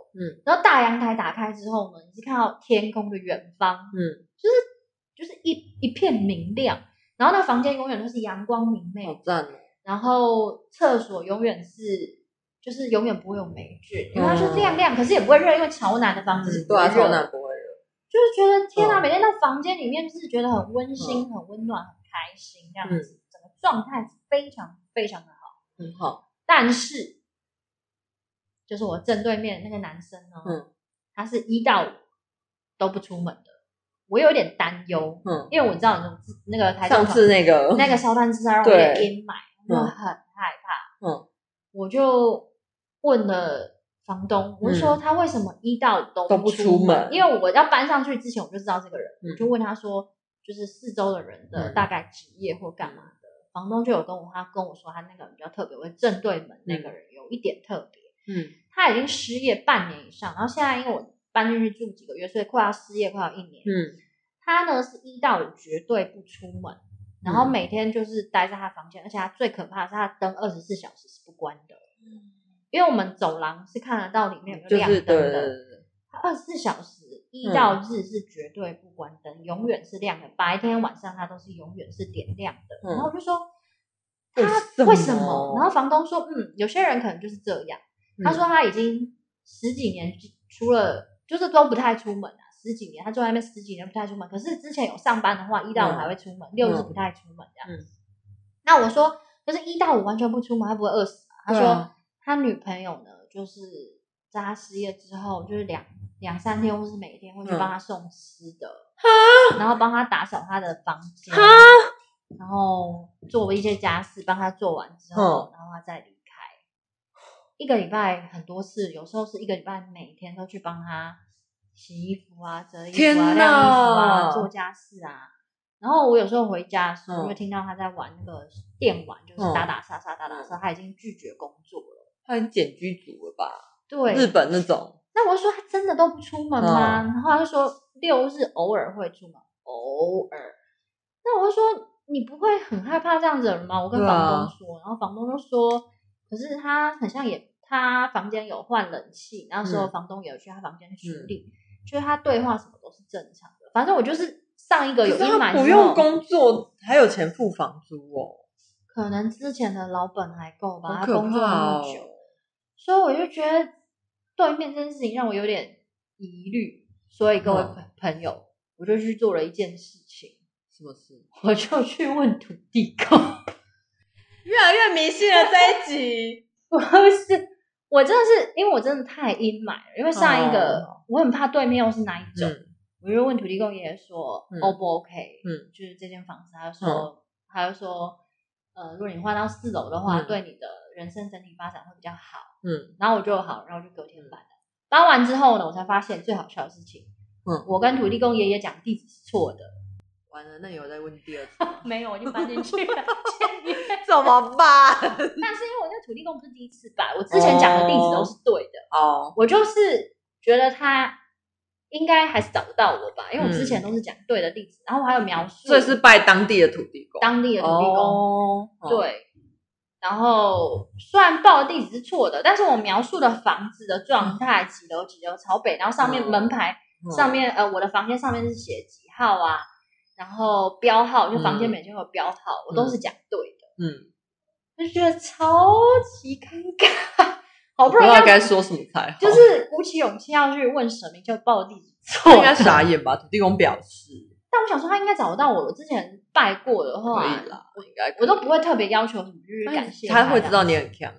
然后大阳台打开之后呢，你是看到天空的远方，就是一片明亮，然后那房间永远都是阳光明媚， 好赞哦。 然后厕所永远是就是永远不会有霉菌，因为它是亮亮，可是也不会热，因为朝南的房子是不会热， 对啊，朝南不会热， 就是觉得天哪，每天到房间里面就是觉得很温馨、很温暖、很开心这样子，整个状态非常非常的好， 很好。 但是就是我正对面那个男生呢，他是1到5都不出门的，我有点担忧，因为我知道那个台中上次那个烧炭自杀让我有点阴霾，我很害怕，我就问了房东，我说他为什么1到5都不出门？因为我要搬上去之前我就知道这个人，我就问他说，就是4周的人的大概职业或干嘛的，房东就有他跟我说他那个人比较特别，我正对门那个人有一点特别，他已经失业半年以上，然后现在因为我搬进去住几个月，所以快要失业快要1年，他呢是1到5绝对不出门，然后每天就是待在他房间，而且他最可怕的是他的灯24小时是不关的，因为我们走廊是看得到里面有亮灯的，他24小时1到日是绝对不关灯，永远是亮的，白天晚上他都是永远是点亮的，然后我就说他为什么？然后房东说有些人可能就是这样，他说他已经10几年除了就是都不太出门啊，10几年他在外面10几年不太出门，可是之前有上班的话1到5还会出门，6日不太出门这样。那我说就是1到5完全不出门，他不会饿死吗？他说他女朋友呢，就是在他失业之后，就是两三天或是每天会去帮他送吃的，然后帮他打扫他的房间，然后做一些家事，帮他做完之后，然后他再离开。1个礼拜很多次，有时候是1个礼拜每天都去帮他洗衣服啊、折衣服啊、晾衣服啊、做家事啊。然后我有时候回家的时候，会听到他在玩那个电玩，就是打打杀杀，他已经拒绝工作了， 他很简居族了吧？ 对， 日本那种。 那我就说他真的都不出门吗？然后他就说6日偶尔会出门，偶尔。那我就说你不会很害怕这样子的人吗？我跟房东说，然后房东就说，可是他很像他房间有换冷气，那时候房东也有去他房间处理，就是他对话什么都是正常的。反正我就是上一个有阴霾之后， 不用工作还有钱付房租哦， 可能之前的老本还够吧，他工作那么久，所以我就觉得对面这件事情让我有点疑虑，所以各位朋友，我就去做了一件事情。 什么事？ 我就去问土地公。 越来越迷信了这一集。 不是，我真的是因为我真的太阴霾了，因为上一个我很怕对面又是哪一种，我就问土地公爷爷说，O 不 OK？就是这间房子，他就说，如果你换到4楼的话，对你的人生整体发展会比较好。然后我就好，然后就隔天搬了。搬完之后呢，我才发现最好笑的事情，我跟土地公爷爷讲地址是错的。 完了，那你有在问第2次？ 没有，我已经搬进去了。 怎么办？ 但是因为我那个土地公不是第1次搬，我之前讲的地址都是对的。我就是觉得他应该还是找不到我吧，因为我之前都是讲对的地址，然后我还有描述。 所以是拜当地的土地公。 当地的土地公，对。然后虽然报的地址是错的，但是我描述的房子的状态，几楼朝北，然后上面门牌上面我的房间上面是写几号啊，然后标号就房间每间有标号，我都是讲对的。就觉得超级尴尬，好不容易不知道该说什么才好， 就是鼓起勇气要去问神明，就报地址错， 应该傻眼吧？土地公表示， 但我想说他应该找得到我，我之前拜过的话， 可以啦， 我都不会特别要求什么，就是感谢他会知道你很强。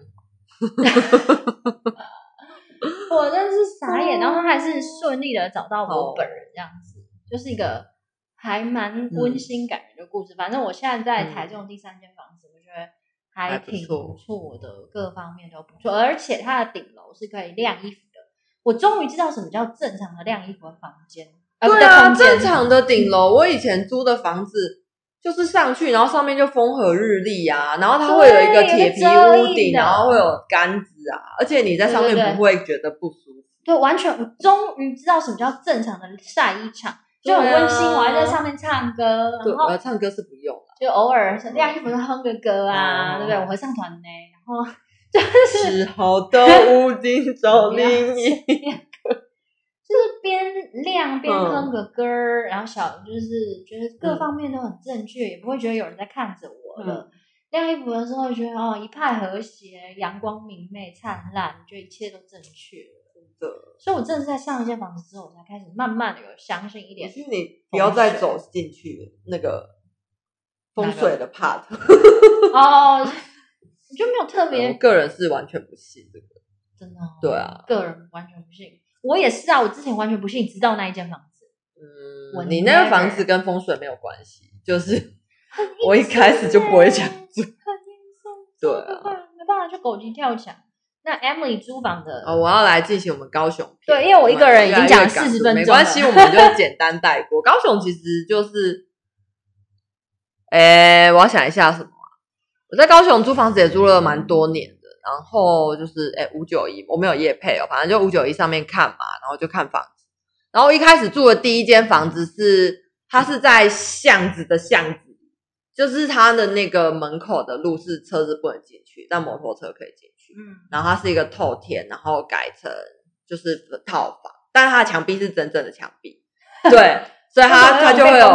我真是傻眼，然后他还是顺利的找到我本人，这样子，就是一个还蛮温馨感人的故事。反正我现在在台中第3间房子，我觉得还挺不错的，各方面都不错，而且它的顶楼是可以晾衣服的。我终于知道什么叫正常的晾衣服的房间。 对啊，正常的顶楼，我以前租的房子就是上去，然后上面就风和日丽啊，然后它会有一个铁皮屋顶，然后会有杆子啊，而且你在上面不会觉得不舒服。 对，完全，我终于知道什么叫正常的晒衣场，就很温馨。我还在上面唱歌，然后唱歌是不用了， 就偶尔晾衣服就哼个歌啊，对不对？我合唱团呢，然后就是好的无尽找另一就是边亮边哼个歌儿，然后就是觉得各方面都很正确，也不会觉得有人在看着我了。晾衣服的时候觉得一派和谐，阳光明媚灿烂，觉得一切都正确了。所以我真的是在上一间房子之后，我才开始慢慢的有相信一点。 我觉得你不要再走进去那个风水的 part 你就没有特别。 我个人是完全不信这个， 真的对啊， 个人完全不信。我也是啊，我之前完全不信，直到那一间房子。 你那个房子跟风水没有关系，就是我一开始就不会这样做。对啊， 没办法，就狗急跳墙。那 Emily 租房的我要来进行我们高雄片。 对，因为我一个人已经讲40分钟了， 没关系，我们就简单带过。高雄其实就是，我要想一下什么啊？我在高雄租房子也租了蛮多年的，然后就是591，我没有业配反正就591上面看嘛，然后就看房子。然后一开始住的第一间房子它是在巷子的巷子，就是它的那个门口的路是车子不能进去，但摩托车可以进去。然后它是一个透天，然后改成就是套房，但是它的墙壁是真正的墙壁，对，所以它就会有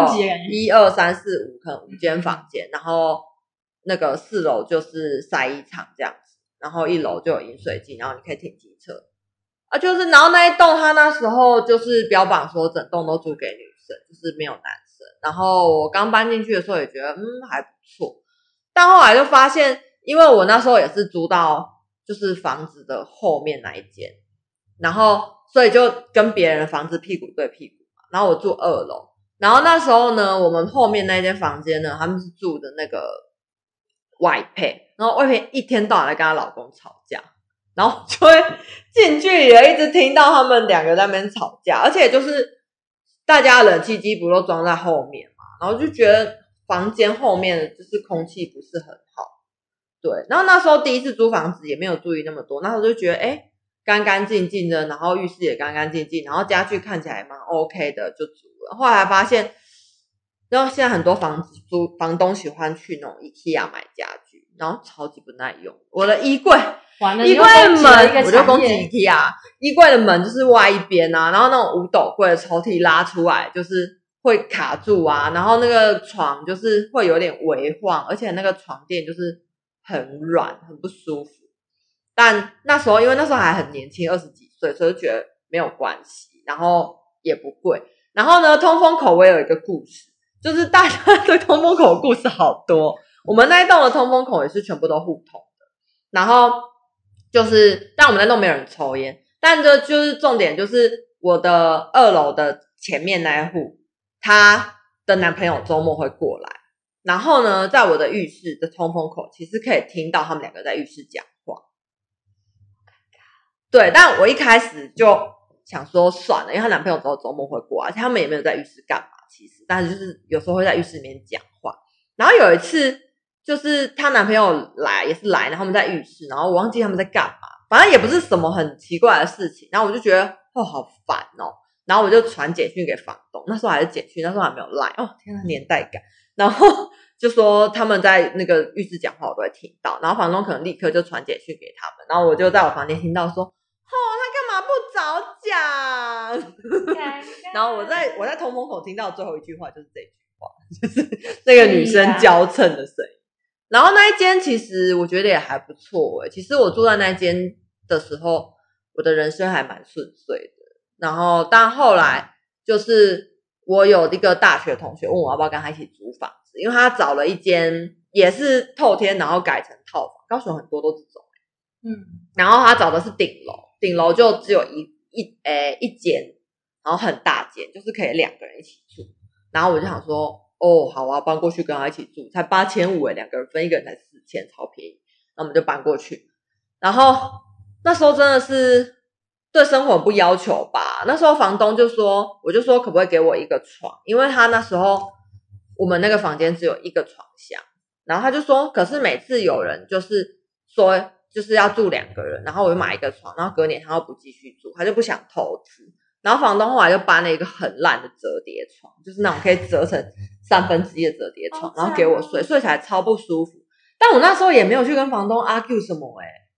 1、2、3、4、5，可能5间房间，然后那个4楼就是晒衣场这样子，然后1楼就有饮水机，然后你可以停机车就是然后那一栋它那时候就是标榜说整栋都租给女生，就是没有男生，然后我刚搬进去的时候也觉得还不错，但后来就发现，因为我那时候也是租到就是房子的后面那一间，然后所以就跟别人的房子屁股对屁股嘛，然后我住2楼，然后那时候呢，我们后面那间房间呢，他们是住的那个外配，然后外配一天到晚在跟她老公吵架，然后就会近距离的一直听到他们2个在那边吵架，而且就是大家的冷气机不都装在后面嘛，然后就觉得房间后面就是空气不是很好。对，然后那时候第一次租房子也没有注意那么多，那时候就觉得干干净净的，然后浴室也干干净净，然后家具看起来蛮 OK 的，就租了。后来发现，然后现在很多房东喜欢去那种 IKEA 买家具，然后超级不耐用。我的衣柜的门，我就攻击 IKEA， 衣柜的门就是歪一边啊，然后那种5斗柜的抽屉拉出来就是会卡住啊，然后那个床就是会有点微晃，而且那个床垫就是很软，很不舒服。但那时候因为那时候还很年轻，20几岁，所以就觉得没有关系，然后也不贵。然后呢，通风口我也有一个故事，就是大家对通风口的故事好多。我们那一栋的通风口也是全部都互通的，然后就是但我们那栋没有人抽烟，但就是重点就是我的2楼的前面那一户，她的男朋友周末会过来，然后呢，在我的浴室的通风口其实可以听到他们2个在浴室讲话。对，但我一开始就想说算了，因为她男朋友周末会过来，而且他们也没有在浴室干嘛其实，但是就是有时候会在浴室里面讲话。然后有一次就是她男朋友也是来，然后他们在浴室，然后我忘记他们在干嘛，反正也不是什么很奇怪的事情，然后我就觉得好烦然后我就传简讯给房东，那时候还是简讯，那时候还没有 LINE，天哪，年代感。然后就说他们在那个浴室讲话我都会听到，然后房东可能立刻就传简讯给他们，然后我就在我房间听到说他干嘛不早讲然后我在通风口听到最后一句话就是这句话，就是那个女生娇嗔的声音。然后那一间其实我觉得也还不错其实我住在那间的时候，我的人生还蛮顺遂的。然后但后来就是我有一个大学同学问我要不要跟他一起租房子，因为他找了一间也是透天，然后改成套房，高雄很多都这种然后他找的是顶楼就只有一间，然后很大间，就是可以2个人一起住。然后我就想说好啊，搬过去跟他一起住，才8500，2个人分，1个人才4000，超便宜。那我们就搬过去。然后那时候真的是对生活不要求吧，那时候房东我就说可不可以给我一个床，因为他那时候我们那个房间只有1个床箱，然后他就说可是每次有人就是说就是要住2个人，然后我就买1个床，然后隔年他又不继续住，他就不想投资，然后房东后来就搬了一个很烂的折叠床，就是那种可以折成1/3的折叠床，然后给我睡起来超不舒服。但我那时候也没有去跟房东 argue 什么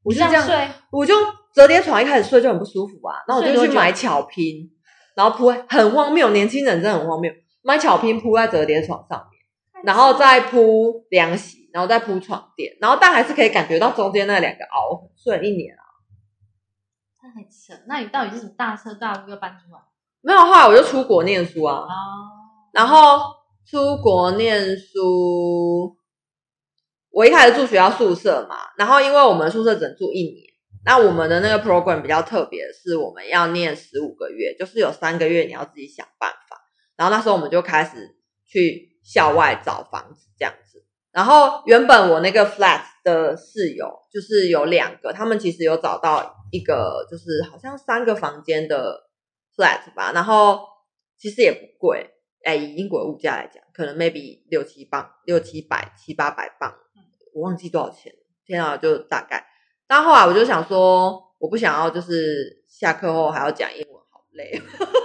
我就这样睡，我就折叠床一开始睡就很不舒服啊，然后我就去买巧拼，然后铺很荒谬，年轻人真的很荒谬，买巧拼铺在折叠床上面，然后再铺凉席，然后再铺床垫，然后但还是可以感觉到中间那2个凹痕，睡了1年啊。 太扯！那你到底是什么大彻大悟要搬出来？ 没有，后来我就出国念书啊，然后出国念书，我一开始住学校宿舍嘛，然后因为我们宿舍只能住1年，那我们的那个 program 比较特别的是我们要念15个月，就是有3个月你要自己想办法，然后那时候我们就开始去校外找房子这样子，然后原本我那个 flat 的室友就是有2个，他们其实有找到一个就是好像3个房间的 flat 吧，然后其实也不贵，以英国的物价来讲可能 maybe 600-700磅，700-800磅，我忘记多少钱了，天啊，就大概。但后来我就想说我不想要就是下课后还要讲英文，好累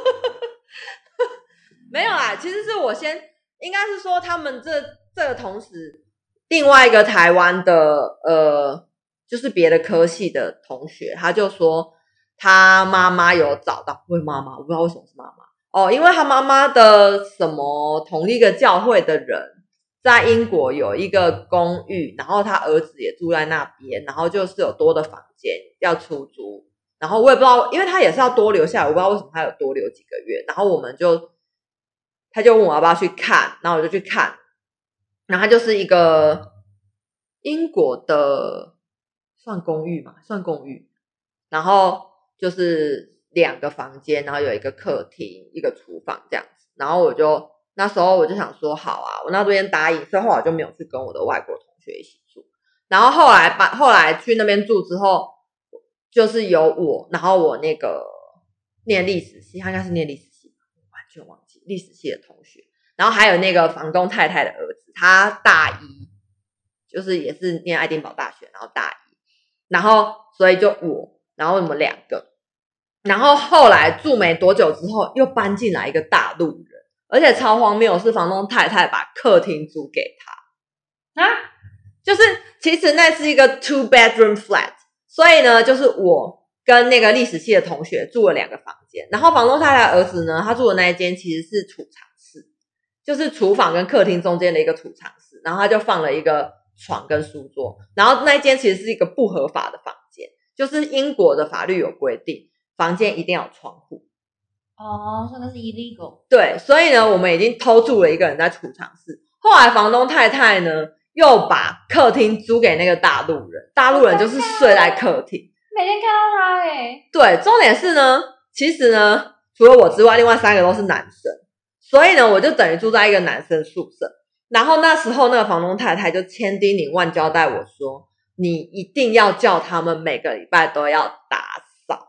没有啦，其实是我应该是说他们这个同时另外一个台湾的就是别的科系的同学，他就说他妈妈有找到，为妈妈我不知道为什么是妈妈因为他妈妈的什么同一个教会的人在英国有一个公寓，然后他儿子也住在那边，然后就是有多的房间要出租，然后我也不知道，因为他也是要多留下来，我不知道为什么他有多留几个月，然后他就问我要不要去看，然后我就去看，然后他就是一个英国的算公寓嘛，算公寓，然后就是2个房间，然后有一个客厅一个厨房这样子，然后那时候我就想说好啊，我那边答应，所以后来就没有去跟我的外国同学一起住，然后后来去那边住之后就是有我，然后我那个念历史系，他应该是念历史系，完全忘记历史系的同学，然后还有那个房东太太的儿子，他大一，就是也是念爱丁堡大学，然后大一，然后所以就我，然后我们2个，然后后来住没多久之后又搬进来一个大陆人，而且超荒谬是房东太太把客厅租给他就是其实那是一个 2 bedroom flat， 所以呢就是我跟那个历史系的同学住了2个房间，然后房东太太儿子呢他住的那一间其实是储藏室，就是厨房跟客厅中间的一个储藏室，然后他就放了一个床跟书桌，然后那一间其实是一个不合法的房间，就是英国的法律有规定房间一定要有窗户所以那是 illegal。 对，所以呢我们已经偷住了一个人在储藏室，后来房东太太呢又把客厅租给那个大陆人，大陆人就是睡在客厅， 每天看到他对，重点是呢其实呢除了我之外另外3个都是男生，所以呢我就等于住在一个男生宿舍，然后那时候那个房东太太就千叮咛万交代我说你一定要叫他们每个礼拜都要打扫。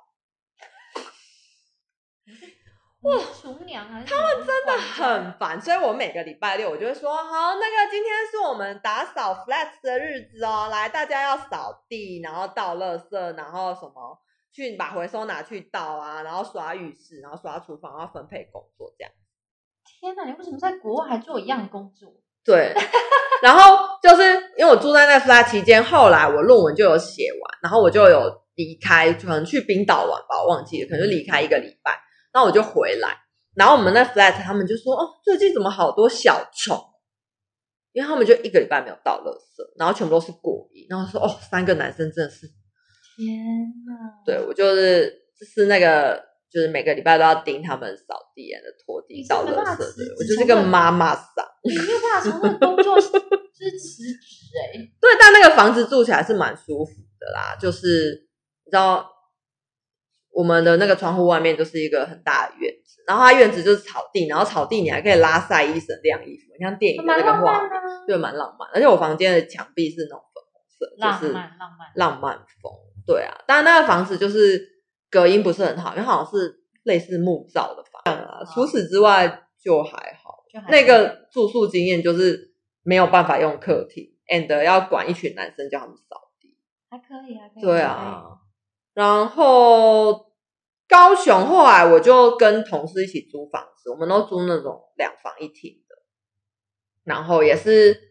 哇，厨娘还是他们真的很烦，所以我每个礼拜6我就会说好，那个今天是我们打扫 flat 的日子哦，来大家要扫地，然后倒垃圾，然后什么去把回收拿去倒啊，然后刷浴室，然后刷厨房，然后分配工作这样。 天哪，你为什么在国外还做一样的工作？ 对，然后就是因为我住在那 flat 期间，后来我论文就有写完，然后我就有离开，可能去冰岛玩吧，我忘记了，可能就离开1个礼拜，那我就回来，然后我们那 flat 他们就说最近怎么好多小虫，因为他们就1个礼拜没有倒垃圾，然后全部都是果蝇，然后说3个男生真的是天哪， 对，我就是那个就是每个礼拜都要盯他们扫地的拖地倒垃圾的，我就是个妈妈桑。 你没有办法从那个工作就是辞职对，但那个房子住起来是蛮舒服的啦，就是你知道我们的那个窗户外面就是一个很大的院子，然后它院子就是草地，然后草地你还可以拉晒衣绳晾衣服，你像电影的那个画面，就蛮浪漫，而且我房间的墙壁是那种粉红色，就是浪漫风。对啊，但那个房子就是隔音不是很好，因为好像是类似木造的房啊，除此之外就还好。那个住宿经验就是没有办法用客厅 and 要管一群男生叫他们扫地， 还可以对啊。然后高雄后来我就跟同事一起租房子，我们都租那种2房1厅的，然后也是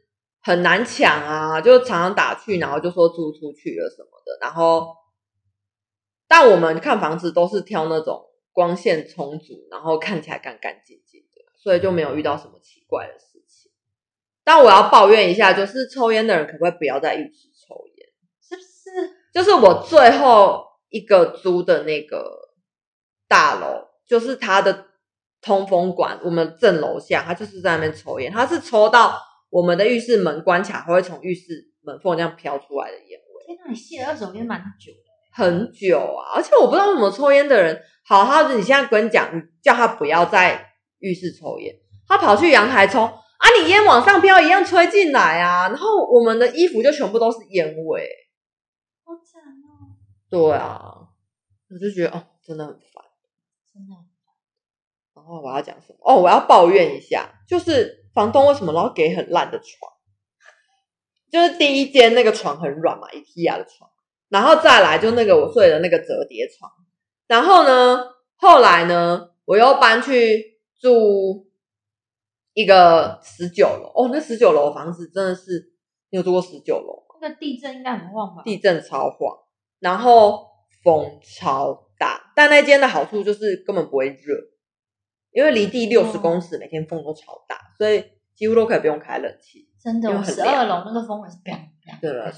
很难抢啊，就常常打去，然后就说租出去了什么的。然后，但我们看房子都是挑那种光线充足，然后看起来干干净净的，所以就没有遇到什么奇怪的事情。但我要抱怨一下，就是抽烟的人可不可以不要在浴室抽烟？ 是不是？ 就是我最后一个租的那个大楼，就是它的通风管，我们正楼下，他就是在那边抽烟，他是抽到我们的浴室门关起来，还会从浴室门缝这样飘出来的烟味。 天哪，你吸了2手烟蛮久的。 很久啊，而且我不知道为什么抽烟的人，好，你现在跟你讲，你叫他不要在浴室抽烟，他跑去阳台抽啊，你烟往上飘一样吹进来啊，然后我们的衣服就全部都是烟味， 好惨哦。 对啊，我就觉得哦，真的很烦， 真的很烦。 然后我要讲什么？哦，我要抱怨一下，就是房东为什么老给很烂的床？就是第一间那个床很软嘛 ，IKEA 的床。然后再来就那个我睡的那个折叠床，然后呢，后来呢，我又搬去住一个19楼哦，那19楼的房子真的是，你有住过19楼吗？ 那个地震应该很晃吧？ 地震超晃，然后风超大，但那间的好处就是根本不会热，因为离地60公尺，每天风都超大，所以几乎都可以不用开冷气。 真的，12楼那个风也是凉。 对了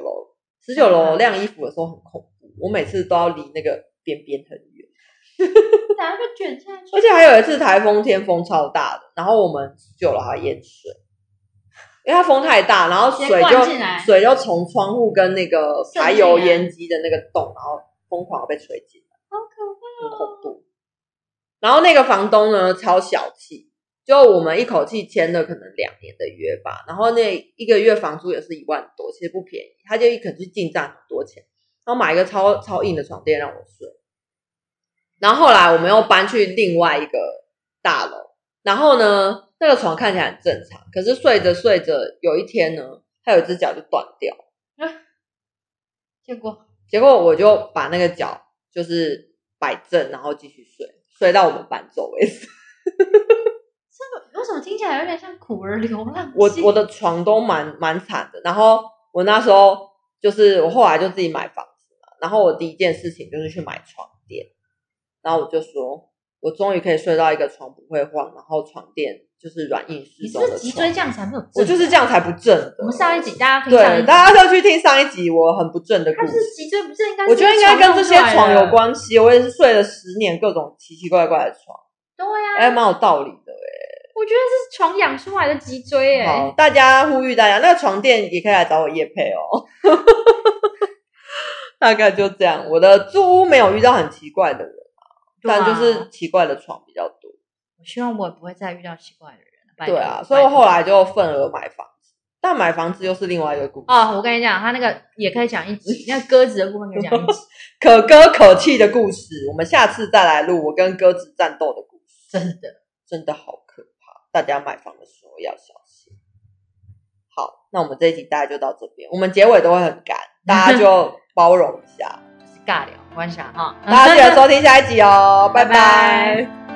，19楼晾衣服的时候很恐怖，我每次都要离那个边边很远， 哪个卷下去？ 而且还有一次台风天风超大的，然后我们19楼还淹水，因为它风太大，然后水就从窗户跟那个排油烟机的那个洞，然后疯狂被吹进来， 好可怕， 很恐怖。然后那个房东呢超小气，就我们一口气签了可能2年的约吧，然后那1个月房租也是1万多，其实不便宜，他就一口气进账很多钱，然后买一个超硬的床垫让我睡。然后后来我们又搬去另外一个大楼，然后呢那个床看起来很正常，可是睡着睡着有一天呢，它有一只脚就断掉，结果我就把那个脚就是摆正，然后继续睡到我们搬走为止。 为什么听起来有点像苦儿流浪？ 我的床都蛮惨的，然后我那时候就是我后来就自己买房子嘛，然后我第一件事情就是去买床垫，然后我就说我终于可以睡到一个床不会晃，然后床垫就是软硬适中的床。 你是脊椎这样才没有正？ 我就是这样才不正的。 我们上一集大家听上一集， 对，大家都去听上一集我很不正的故事。 但是脊椎不正应该是我觉得应该跟这些床有关系，我也是睡了10年各种奇奇怪怪的床。 对呀， 蛮有道理的我觉得是床养出来的脊椎好，大家呼吁大家，那个床垫也可以来找我业配哦。大概就这样，我的住屋没有遇到很奇怪的人但就是奇怪的床比较多。 我希望我也不会再遇到奇怪的人。 对啊，所以我后来就份额买房子，但买房子又是另外一个故事哦。我跟你讲，他那个也可以讲一集，那个鸽子的部分可以讲一集， 可歌可泣的故事，我们下次再来录我跟鸽子战斗的故事。真的好可怕，大家买房的时候要小心。好，那我们这一集大概就到这边，我们结尾都会很干，大家就包容一下， 尬聊关系哈。 大家记得收听下一集哦，拜拜。